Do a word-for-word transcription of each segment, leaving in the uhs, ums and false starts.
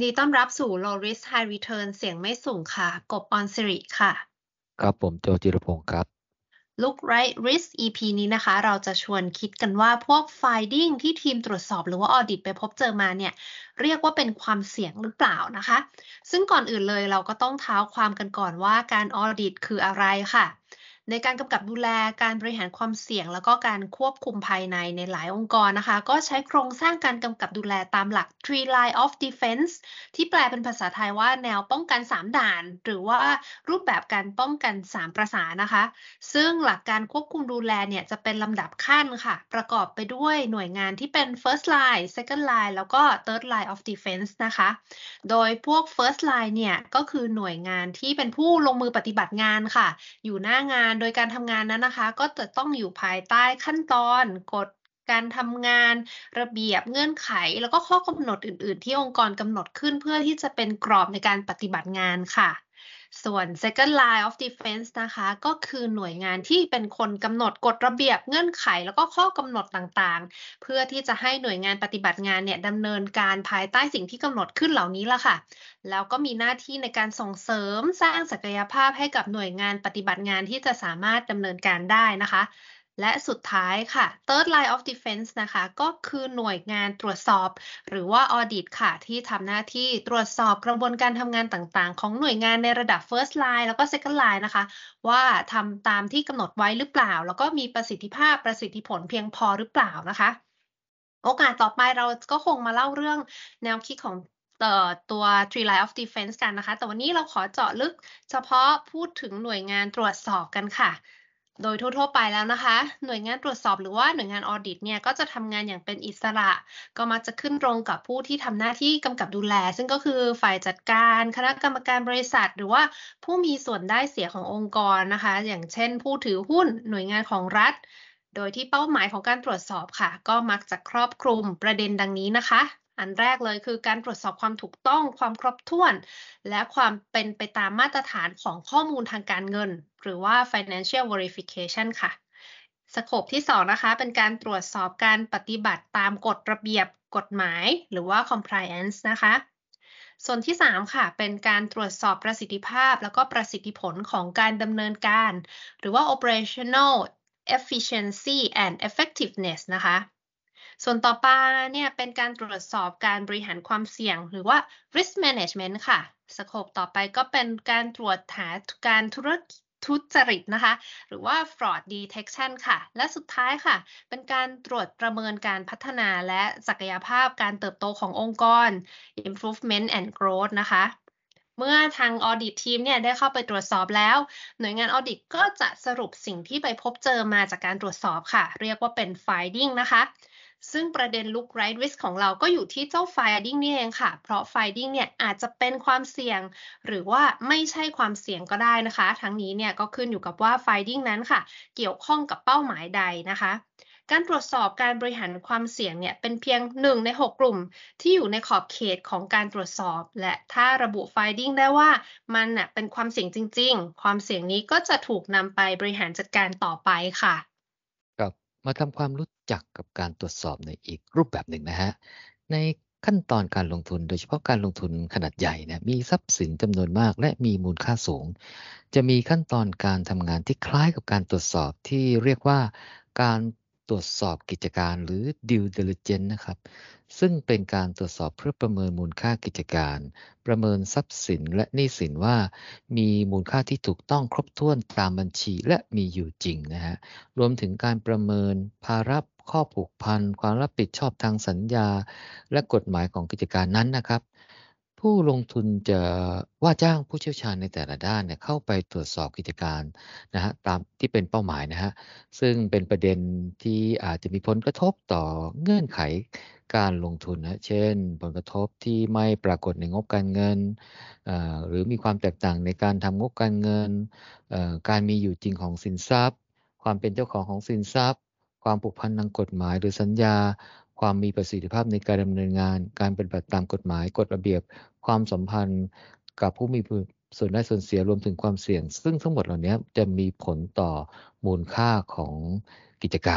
ดีต้อนรับสู่ Low Risk High Return เสียงไม่สูงค่ะ กบ ออนสิริค่ะครับผมโจจิรพงศ์ครับ Look Right Risk อี พี นี้นะคะ เราจะชวนคิดกันว่าพวก finding ที่ทีมตรวจสอบหรือว่า audit ไปพบเจอมาเนี่ย เรียกว่าเป็นความเสี่ยงหรือเปล่านะคะ ซึ่งก่อนอื่นเลยเราก็ต้องเท้าความกันก่อนว่าการ audit คืออะไรค่ะ ในการกำกับดูแลการบริหารความเสี่ยง แล้วก็การควบคุมภายในในหลายองค์กรนะคะ ก็ใช้โครงสร้างการกำกับดูแลตามหลัก three line of defense ที่แปลเป็นภาษาไทยว่าแนวป้องกันสามด่าน หรือว่ารูปแบบการป้องกันสามประสานะคะ ซึ่งหลักการควบคุมดูแลเนี่ยจะเป็นลำดับขั้นค่ะ ประกอบไปด้วยหน่วยงานที่เป็น first line second line แล้วก็ third line of defense นะคะ โดยพวก first line เนี่ยก็คือหน่วยงานที่เป็นผู้ลงมือปฏิบัติงานค่ะ อยู่หน้างานโดยการทำงานนั้นนะคะ ก็จะต้องอยู่ภายใต้ขั้นตอนกฎการทำงานระเบียบเงื่อนไข แล้วก็ข้อกำหนดอื่น ๆ ที่องค์กรกำหนดขึ้นเพื่อที่จะเป็นกรอบในการปฏิบัติงานค่ะ ส่วน second line of defense นะคะก็คือหน่วยงานที่เป็นคนกำหนดกฎระเบียบเงื่อนไข แล้วก็ข้อกำหนดต่างๆ เพื่อที่จะให้หน่วยงานปฏิบัติงานเนี่ยดำเนินการภายใต้สิ่งที่กำหนดขึ้นเหล่านี้ล่ะค่ะ แล้วก็มีหน้าที่ในการส่งเสริมสร้างศักยภาพให้กับหน่วยงานปฏิบัติงานที่จะสามารถดำเนินการได้นะคะ และสุดท้ายค่ะ third line of defense นะคะก็คือหน่วยงานตรวจสอบหรือว่า audit ค่ะที่ทำหน้าที่ตรวจสอบกระบวนการทำงานต่างๆ ของหน่วยงานในระดับ first line แล้วก็ second line นะคะว่าทำตามที่กำหนดไว้หรือเปล่า แล้วก็มีประสิทธิภาพประสิทธิผลเพียงพอหรือเปล่านะคะ โอกาสต่อไปเราก็คงมาเล่าเรื่องแนวคิดของเอ่อตัว three line of defense กันนะคะ แต่วันนี้เราขอเจาะลึกเฉพาะพูดถึงหน่วยงานตรวจสอบกันค่ะ โดยทั่วๆไปแล้วนะคะ หน่วยงานตรวจสอบหรือว่าหน่วยงาน audit เนี่ยก็จะทำงานอย่างเป็นอิสระ ก็มักจะขึ้นตรงกับผู้ที่ทำหน้าที่กำกับดูแล ซึ่งก็คือฝ่ายจัดการคณะกรรมการบริษัท หรือว่าผู้มีส่วนได้เสียขององค์กรนะคะ อย่างเช่น ผู้ถือหุ้น หน่วยงานของรัฐ โดยที่เป้าหมายของการตรวจสอบค่ะก็มักจะครอบคลุมประเด็นดังนี้นะคะ อันแรกเลยคือการตรวจสอบความถูกต้องความครบถ้วนและความเป็นไปตามมาตรฐานของข้อมูลทางการเงินหรือว่า financial verification ค่ะสโคปที่สองนะคะเป็นการตรวจสอบการปฏิบัติตามกฎระเบียบกฎหมายหรือว่า compliance นะคะส่วนที่สามค่ะเป็นการตรวจสอบประสิทธิภาพแล้วก็ประสิทธิผลของการดำเนินการหรือว่า operational efficiency and effectiveness นะคะ ส่วนต่อไปเนี่ยเป็นการตรวจสอบการบริหารความเสี่ยงหรือว่า risk management ค่ะสโคปต่อไปก็เป็นการตรวจหาการธุรทุจริตนะคะ หรือว่า fraud detection ค่ะ และสุดท้ายค่ะ เป็นการตรวจประเมินการพัฒนาและศักยภาพการเติบโตขององค์กร improvement and growth นะคะ เมื่อทาง audit team เนี่ยได้เข้าไปตรวจสอบแล้ว หน่วยงาน audit ก็จะสรุปสิ่งที่ไปพบเจอมาจากการตรวจสอบค่ะ เรียกว่าเป็น finding นะคะ ซึ่งประเด็น look right risk ของเราก็อยู่ที่เจ้า finding นี่เองค่ะ เพราะ finding เนี่ยอาจจะเป็นความเสี่ยง หรือว่าไม่ใช่ความเสี่ยงก็ได้นะคะ ทั้งนี้เนี่ยก็ขึ้นอยู่กับว่า finding นั้นค่ะ เกี่ยวข้องกับเป้าหมายใดนะคะ การตรวจสอบการบริหารความเสี่ยงเนี่ยเป็นเพียงหนึ่งในหกกลุ่มที่อยู่ในขอบเขตของการตรวจสอบ และถ้าระบุ finding ได้ว่ามันน่ะเป็นความเสี่ยงจริงๆ ความเสี่ยงนี้ก็จะถูกนำไปบริหารจัดการต่อไปค่ะครับมาทำความรู้จักกับการตรวจสอบในอีกรูปแบบหนึ่งนะฮะในขั้นตอนการลงทุนโดยเฉพาะการลงทุนขนาดใหญ่เนี่ยมีทรัพย์สินจำนวนมากและมีมูลค่าสูง จะมีขั้นตอนการทำงานที่คล้ายกับการตรวจสอบที่เรียกว่าการตรวจสอบกิจการหรือ due diligence นะครับซึ่งเป็นการตรวจสอบเพื่อประเมินมูลค่ากิจการ ประเมินทรัพย์สินและหนี้สินว่ามีมูลค่าที่ถูกต้องครบถ้วนตามบัญชีและมีอยู่จริงนะฮะ รวมถึงการประเมินภาระข้อผูกพันความรับผิดชอบทางสัญญาและกฎหมายของกิจการนั้นนะครับผู้ลงทุนจะว่าจ้างผู้เชี่ยวชาญในแต่ละด้านเนี่ยเข้าไปตรวจสอบกิจการนะฮะตามที่เป็นเป้าหมายนะฮะซึ่งเป็นประเด็นที่อาจจะมีผลกระทบต่อเงื่อนไขการลงทุนนะเช่นผลกระทบที่ไม่ปรากฏในงบการเงินหรือมีความแตกต่างในการทำงบการเงินการมีอยู่จริงของสินทรัพย์ความเป็นเจ้าของของสินทรัพย์ ความผูกพันทางกฎหมายหรือสัญญา ความมีประสิทธิภาพในการดำเนินงาน การปฏิบัติตามกฎหมายกฎระเบียบ ความสัมพันธ์กับผู้มีส่วนได้ส่วนเสียรวมถึงความเสี่ยง ซึ่งทั้งหมดเหล่านี้จะมีผลต่อมูลค่าของกิจการ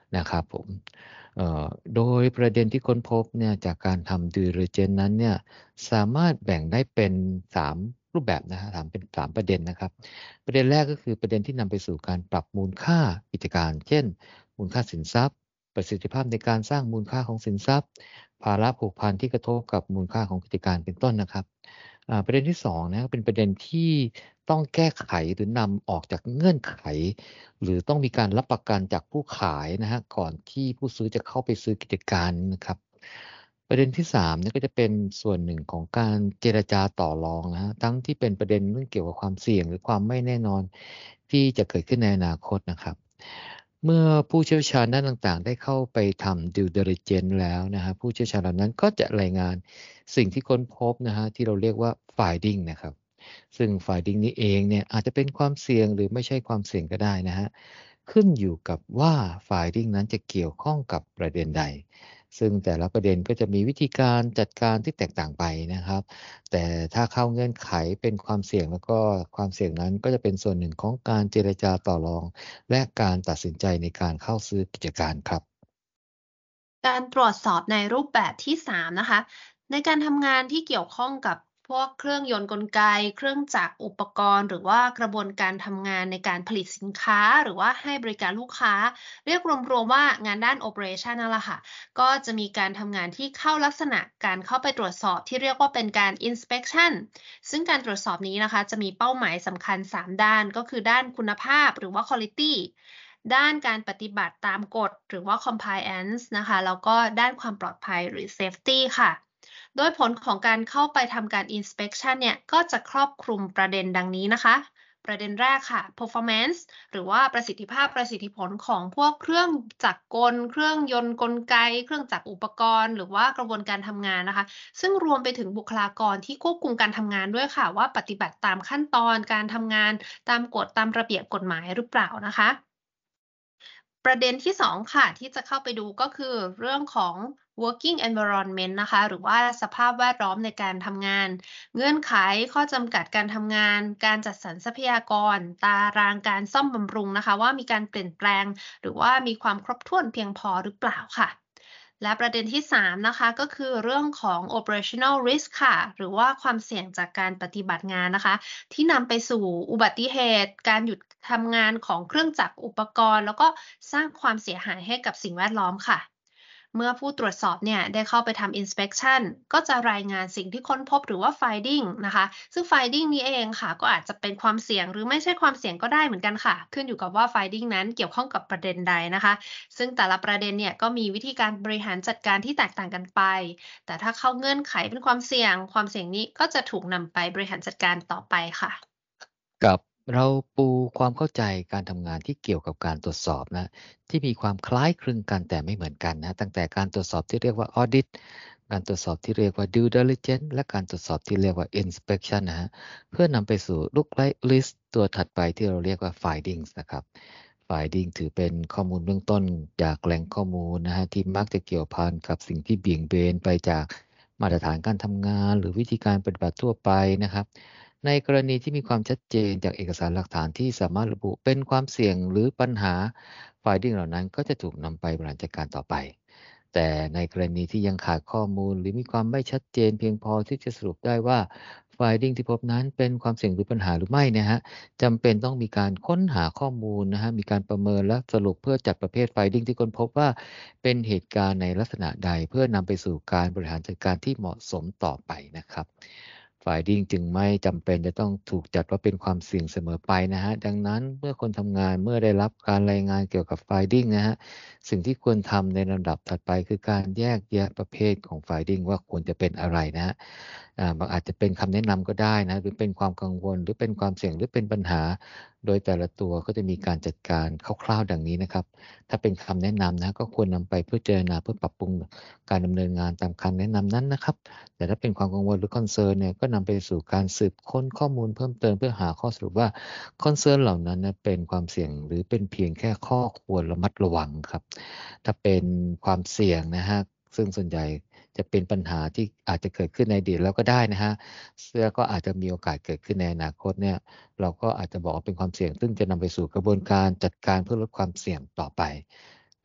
นะครับผมเอ่อโดยประเด็นที่ค้นพบเนี่ยจากการทำ due diligence นั้นเนี่ยสามารถแบ่งได้เป็นสามรูปแบบนะฮะสามเป็นสามประเด็นนะครับประเด็นแรกก็คือประเด็นที่นำไปสู่การปรับมูลค่ากิจการเช่นมูลค่าสินทรัพย์ประสิทธิภาพในการสร้างมูลค่าของสินทรัพย์ภาระผูกพันที่กระทบกับมูลค่าของกิจการเป็นต้นนะครับอ่าประเด็นที่สองนะเป็นประเด็นที่ต้องแก้ไขหรือนำออกจากเงื่อนไข หรือต้องมีการรับประกันจากผู้ขายนะฮะก่อนที่ผู้ซื้อจะเข้าไปซื้อกิจการนะครับประเด็นที่สามเนี่ยก็จะเป็นส่วนหนึ่งของการเจรจาต่อรองนะฮะทั้งที่เป็นประเด็นเรื่องเกี่ยวกับความเสี่ยงหรือความไม่แน่นอนที่จะเกิดขึ้นในอนาคตนะครับเมื่อผู้เชี่ยวชาญด้านต่างๆได้เข้าไปทำ due diligence แล้วนะฮะผู้เชี่ยวชาญเหล่านั้นก็จะรายงานสิ่งที่ค้นพบนะฮะที่เราเรียกว่า finding นะครับ ซึ่ง finding นี้เองเนี่ยอาจจะเป็นความเสี่ยงหรือไม่ใช่ความเสี่ยงก็ได้นะฮะขึ้นอยู่กับว่า finding นั้นจะเกี่ยวข้องกับประเด็นใดซึ่งแต่ละประเด็นก็จะมีวิธีการจัดการที่แตกต่างไปนะครับแต่ถ้าเข้าเงื่อนไขเป็นความเสี่ยงแล้วก็ความเสี่ยงนั้นก็จะเป็นส่วนหนึ่งของการเจรจาต่อรองและการตัดสินใจในการเข้าซื้อกิจการครับการตรวจสอบในรูปแบบที่สามนะคะในการทำงานที่เกี่ยวข้องกับพวกเครื่องยนต์กลไกเครื่องจักรอุปกรณ์หรือว่ากระบวนการทำงานในการผลิตสินค้าหรือว่าให้บริการลูกค้าเรียกรวมๆว่างานด้าน operation นั่นแหละค่ะก็จะมีการทำงานที่เข้าลักษณะการเข้าไปตรวจสอบที่เรียกว่าเป็นการ inspection ซึ่งการตรวจสอบนี้นะคะจะมีเป้าหมายสำคัญสามด้านก็คือด้านคุณภาพหรือว่า qualityด้านการปฏิบัติตามกฎหรือว่า compliance นะคะแล้วก็ด้านความปลอดภัยหรือ safety ค่ะโดยผลของการเข้าไปทำการ inspection เนี่ยก็จะครอบคลุมประเด็นดังนี้นะคะประเด็นแรกค่ะ performance หรือว่าประสิทธิภาพประสิทธิผลของพวกเครื่องจักรกลเครื่องยนต์กลไกเครื่องจักรอุปกรณ์หรือว่ากระบวนการทำงานนะคะซึ่งรวมไปถึงบุคลากรที่ควบคุมการทำงานด้วยค่ะว่าปฏิบัติตามขั้นตอนการทำงานตามกฎตามระเบียบกฎหมายหรือเปล่านะคะ ประเด็นที่สองค่ะที่จะเข้าไปดูก็คือเรื่องของ working environment นะคะหรือว่าสภาพแวดล้อมในการทำงานเงื่อนไขข้อจำกัดการทำงานการจัดสรรทรัพยากรตารางการซ่อมบำรุงนะคะว่ามีการเปลี่ยนแปลงหรือว่ามีความครบถ้วนเพียงพอหรือเปล่าค่ะและประเด็นที่สามนะคะก็คือเรื่องของ operational risk ค่ะหรือว่าความเสี่ยงจากการปฏิบัติงานนะคะ ที่นำไปสู่อุบัติเหตุ การหยุดทำงานของเครื่องจักรอุปกรณ์ แล้วก็สร้างความเสียหายให้กับสิ่งแวดล้อมค่ะ เมื่อผู้ตรวจสอบเนี่ยได้เข้าไปทำ inspection ก็จะรายงานสิ่งที่ค้นพบหรือว่า finding นะคะ ซึ่ง finding นี้เองค่ะก็อาจจะเป็นความเสี่ยงหรือไม่ใช่ความเสี่ยงก็ได้เหมือนกันค่ะ ขึ้นอยู่กับว่า finding นั้นเกี่ยวข้องกับประเด็นใดนะคะ ซึ่งแต่ละประเด็นเนี่ยก็มีวิธีการบริหารจัดการที่แตกต่างกันไป แต่ถ้าเข้าเงื่อนไขเป็นความเสี่ยง ความเสี่ยงนี้ก็จะถูกนำไปบริหารจัดการต่อไปค่ะกับเราปูความเข้าใจการทำงานที่เกี่ยวกับการตรวจสอบนะที่มีความคล้ายคลึงกันแต่ไม่เหมือนกันนะตั้งแต่การตรวจสอบที่เรียกว่า audit การตรวจสอบที่เรียกว่า due diligence และการตรวจสอบที่เรียกว่า inspection นะฮะเพื่อนำไปสู่ lookalike list ตัวถัดไปที่เราเรียกว่า findings นะครับ finding ถือเป็นข้อมูลเบื้องต้นจากแหล่งข้อมูลนะฮะที่มักจะเกี่ยวพันกับสิ่งที่เบี่ยงเบนไปจากมาตรฐานการทำงานหรือวิธีการปฏิบัติทั่วไปนะครับในกรณีที่มีความชัดเจนจากเอกสารหลักฐานที่สามารถระบุเป็นความเสี่ยงหรือปัญหา finding เหล่านั้นก็จะถูกนำไปบริหารจัดการต่อไปแต่ในกรณีที่ยังขาดข้อมูลหรือมีความไม่ชัดเจนเพียงพอที่จะสรุปได้ว่า finding ที่พบนั้นเป็นความเสี่ยงหรือปัญหาหรือไม่นะฮะจำเป็นต้องมีการค้นหาข้อมูลนะฮะมีการประเมินและสรุปเพื่อจัดประเภท finding ที่ค้นพบว่าเป็นเหตุการณ์ในลักษณะใดเพื่อนำไปสู่การบริหารจัดการที่เหมาะสมต่อไปนะครับ finding จึงไม่จำเป็นจะต้องถูกจัดว่าเป็นความเสี่ยงเสมอไปนะฮะดังนั้นเมื่อคนทำงานเมื่อได้รับการรายงานเกี่ยวกับ finding นะฮะสิ่งที่ควรทำในลำดับถัดไปคือการแยกแยะประเภทของ finding ว่าควรจะเป็นอะไรนะฮะอ่าบางอาจจะเป็นคำแนะนำก็ได้นะหรือเป็นความกังวลหรือเป็นความเสี่ยงหรือเป็นปัญหาโดยแต่ละตัวก็จะมีการจัดการคร่าวๆดังนี้นะครับถ้าเป็นคำแนะนำนะก็ควรนำไปเพื่อเจรณาเพื่อปรับปรุงการดำเนินงานตามคำแนะนำนั้นนะครับแต่ถ้าเป็นความกังวลหรือ concern เนี่ยก็นำไปสู่การสืบค้นข้อมูลเพิ่มเติมเพื่อหาข้อสรุปว่า concern เหล่านั้นนะเป็นความเสี่ยงหรือเป็นเพียงแค่ข้อควรระมัดระวังครับถ้าเป็นความเสี่ยงนะฮะซึ่งส่วนใหญ่จะเป็นปัญหาที่อาจจะเกิดขึ้นในอดีตแล้วก็ได้นะฮะเสื้อก็อาจจะมีโอกาสเกิดขึ้นในอนาคตเนี่ยเราก็อาจจะบอกว่าเป็นความเสี่ยงซึ่งจะนำไปสู่กระบวนการจัดการเพื่อลดความเสี่ยงต่อไป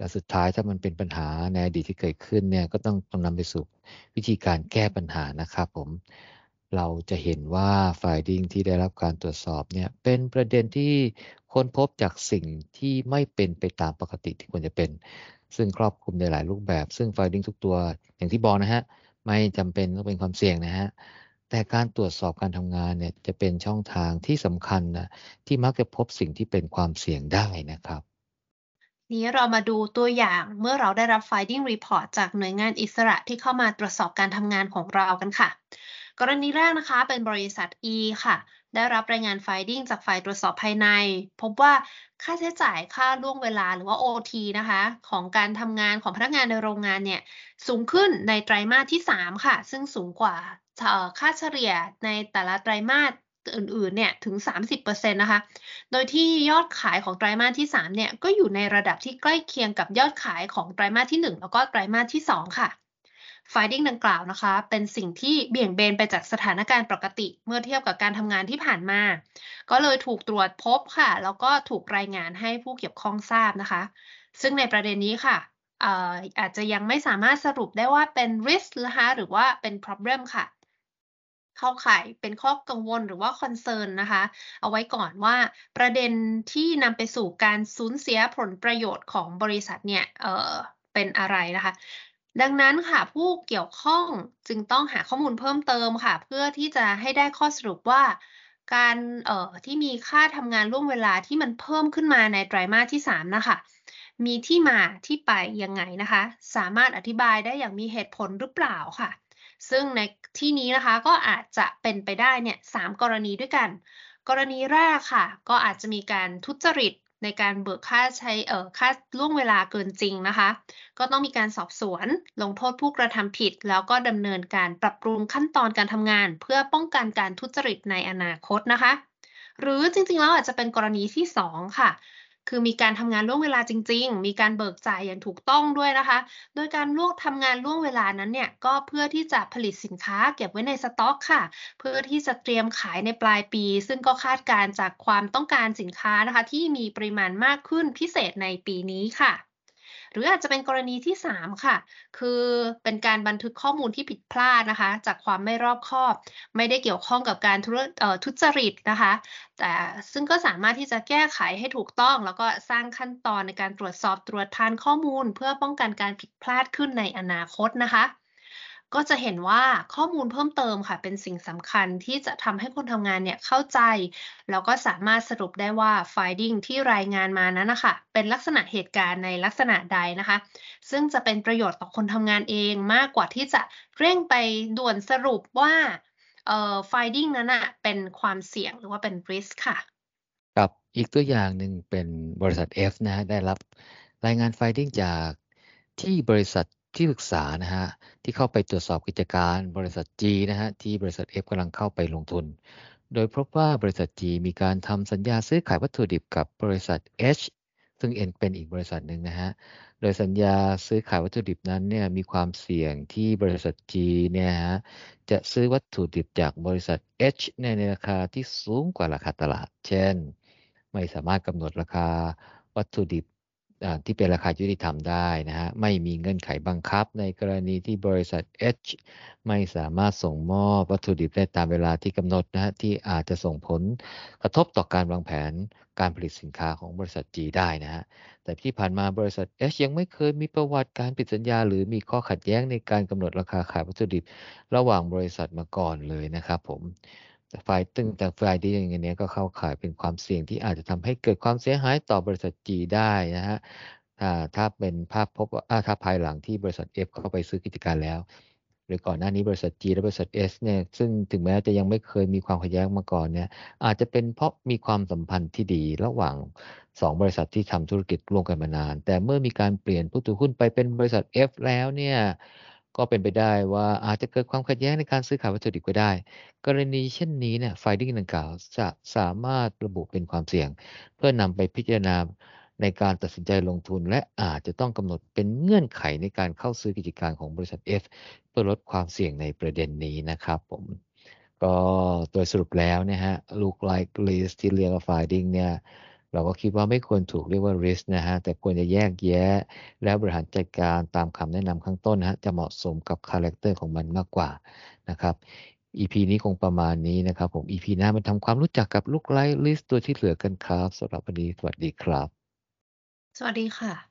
และสุดท้ายถ้ามันเป็นปัญหาในอดีตที่เกิดขึ้นเนี่ยก็ต้องนำไปสู่วิธีการแก้ปัญหานะครับผมเราจะเห็นว่า finding ที่ได้รับการตรวจสอบเนี่ยเป็นประเด็นที่ค้นพบจากสิ่งที่ไม่เป็นไปตามปกติที่ควรจะเป็นซึ่งครอบคลุมในหลายรูปแบบซึ่ง finding ทุกตัวอย่างที่บอกนะฮะไม่จำเป็นต้องเป็นความเสี่ยงนะฮะแต่การตรวจสอบการทำงานเนี่ยจะเป็นช่องทางที่สำคัญนะที่มักจะพบสิ่งที่เป็นความเสี่ยงได้นะครับนี้เรามาดูตัวอย่างเมื่อเราได้รับ Finding Report จากหน่วยงานอิสระที่เข้ามาตรวจสอบการทำงานของเรากันค่ะ กรณีแรกนะคะเป็นบริษัท E ค่ะ ได้รับรายงาน Finding จากฝ่ายตรวจสอบภายใน พบว่าค่าใช้จ่ายค่าล่วงเวลาหรือว่า โอ ที นะคะของการทำงานของพนักงานในโรงงานเนี่ยสูงขึ้นในไตรมาสที่ สาม ค่ะ ซึ่งสูงกว่าค่าเฉลี่ยในแต่ละไตรมาสอื่นๆเนี่ยถึง สามสิบเปอร์เซ็นต์ นะคะ โดยที่ยอดขายของไตรมาสที่ สาม เนี่ยก็อยู่ในระดับที่ใกล้เคียงกับยอดขายของไตรมาสที่ หนึ่ง แล้วก็ไตรมาสที่ สอง ค่ะ Finding ดังกล่าวนะคะเป็นสิ่งที่เบี่ยงเบนไปจากสถานการณ์ปกติเมื่อเทียบกับการทำงานที่ผ่านมา ก็เลยถูกตรวจพบค่ะ แล้วก็ถูกรายงานให้ผู้เกี่ยวข้องทราบนะคะ ซึ่งในประเด็นนี้ค่ะเอ่ออาจจะยังไม่สามารถสรุปได้ว่าเป็น risk นะคะหรือว่าเป็น problem ค่ะ เข้าข่ายเป็นข้อกังวลหรือว่า concern นะคะเอาไว้ก่อนว่าประเด็นที่นำไปสู่การสูญเสียผลประโยชน์ของบริษัทเนี่ยเอ่อเป็นอะไรนะคะดังนั้นค่ะผู้เกี่ยวข้องจึงต้องหาข้อมูลเพิ่มเติมค่ะเพื่อที่จะให้ได้ข้อสรุปว่าการเอ่อที่มีค่าทำงานล่วงเวลาที่มันเพิ่มขึ้นมาในไตรมาสที่ สามนะคะมีที่มาที่ไปยังไงนะคะสามารถอธิบายได้อย่างมีเหตุผลหรือเปล่าค่ะ ซึ่งในที่นี้นะคะก็อาจจะเป็นไปได้เนี่ยสามกรณีด้วยกัน กรณีแรกค่ะก็อาจจะมีการทุจริตในการเบิกค่าใช้เอ่อค่าล่วงเวลาเกินจริงนะคะก็ต้องมีการสอบสวนลงโทษผู้กระทำผิดแล้วก็ดำเนินการปรับปรุงขั้นตอนการทำงานเพื่อป้องกันการทุจริตในอนาคตนะคะหรือจริงๆแล้วอาจจะเป็นกรณีที่สองค่ะคือมีการทำงานล่วงเวลาจริงๆมีการเบิกจ่ายอย่างถูกต้องด้วยนะคะ โดยการล่วงทำงานล่วงเวลานั้นเนี่ยก็เพื่อที่จะผลิตสินค้าเก็บไว้ในสต็อกค่ะเพื่อที่จะเตรียมขายในปลายปีซึ่งก็คาดการณ์จากความต้องการสินค้านะคะที่มีปริมาณมากขึ้นพิเศษในปีนี้ค่ะหรืออาจจะเป็นกรณีที่สามค่ะคือเป็นการบันทึกข้อมูลที่ผิดพลาดนะคะจากความไม่รอบคอบไม่ได้เกี่ยวข้องกับการทุเอ่อทุจริตนะคะแต่ซึ่งก็สามารถที่จะแก้ไขให้ถูกต้องแล้วก็สร้างขั้นตอนในการตรวจสอบตรวจทานข้อมูลเพื่อป้องกันการผิดพลาดขึ้นในอนาคตนะคะก็จะเห็นว่าข้อมูลเพิ่มเติมค่ะเป็นสิ่งสำคัญที่จะทำให้คนทำงานเนี่ยเข้าใจแล้วก็สามารถสรุปได้ว่า finding ที่รายงานมานั้นนะคะเป็นลักษณะเหตุการณ์ในลักษณะใดนะคะซึ่งจะเป็นประโยชน์ต่อคนทำงานเองมากกว่าที่จะเร่งไปด่วนสรุปว่าเอ่อ finding นั้นน่ะเป็นความเสี่ยงหรือว่าเป็น risk ค่ะครับอีกตัวอย่างหนึ่งเป็นบริษัท F นะฮะได้รับรายงาน finding จากที่บริษัทที่ปรึกษานะฮะที่เข้าไปตรวจสอบกิจการบริษัท G นะฮะที่บริษัท F กำลังเข้าไปลงทุนโดยพบว่าบริษัท G มีการทำสัญญาซื้อขายวัตถุดิบกับบริษัท H ซึ่ง N เป็นอีกบริษัทหนึ่งนะฮะโดยสัญญาซื้อขายวัตถุดิบนั้นเนี่ยมีความเสี่ยงที่บริษัท G เนี่ยฮะจะซื้อวัตถุดิบจากบริษัท H ในราคาที่สูงกว่าราคาตลาดเช่นไม่สามารถกำหนดราคาวัตถุดิบที่เป็นราคายุติธรรมได้นะฮะไม่มีเงื่อนไขบังคับในกรณีที่บริษัท H ไม่สามารถส่งมอบวัตถุดิบได้ตามเวลาที่กำหนดนะฮะที่อาจจะส่งผลกระทบต่อการวางแผนการผลิตสินค้าของบริษัท G ได้นะฮะแต่ที่ผ่านมาบริษัท H ยังไม่เคยมีประวัติการผิดสัญญาหรือมีข้อขัดแย้งในการกำหนดราคาขายวัตถุดิบระหว่างบริษัทมาก่อนเลยนะครับผมแต่ฝ่ายตึงแต่ฝ่ายดีอย่างนี้ก็เข้าข่ายเป็นความเสี่ยงที่อาจจะทำให้เกิดความเสียหายต่อบริษัท G ได้นะฮะถ้าถ้าเป็นภาพพบว่าถ้าภายหลังที่บริษัท F เข้าไปซื้อกิจการแล้วหรือก่อนหน้านี้บริษัท G และบริษัท S เนี่ยซึ่งถึงแม้จะยังไม่เคยมีความขัดแย้งมาก่อนเนี่ยอาจจะเป็นเพราะมีความสัมพันธ์ที่ดีระหว่างสองบริษัทที่ทำธุรกิจร่วมกันมานานแต่เมื่อมีการเปลี่ยนผู้ถือหุ้นไปเป็นบริษัท F แล้วเนี่ยก็เป็นไปได้ว่าอาจจะเกิดความขัดแย้งในการซื้อขายวัตถุดิบก็ได้กรณีเช่นนี้เนี่ย finding ดังกล่าวจะสามารถระบุเป็นความเสี่ยงเพื่อนำไปพิจารณาในการตัดสินใจลงทุนและอาจจะต้องกำหนดเป็นเงื่อนไขในการเข้าซื้อกิจการของบริษัท F เพื่อลดความเสี่ยงในประเด็นนี้นะครับผมก็โดยสรุปแล้วเนี่ยฮะ look like list ที่เรียกว่า finding เนี่ยเราก็คิดว่าไม่ควรถูกเรียกว่า risk นะฮะแต่ควรจะแยกแยะและบริหารจัดการตามคำแนะนำข้างต้นนะฮะจะเหมาะสมกับคาแรคเตอร์ของมันมากกว่านะครับ อี พี นี้คงประมาณนี้นะครับผม อี พี หน้ามาทำความรู้จักกับ Lookalike List ตัวที่เหลือกันครับสำหรับวันนี้สวัสดีครับสวัสดีค่ะ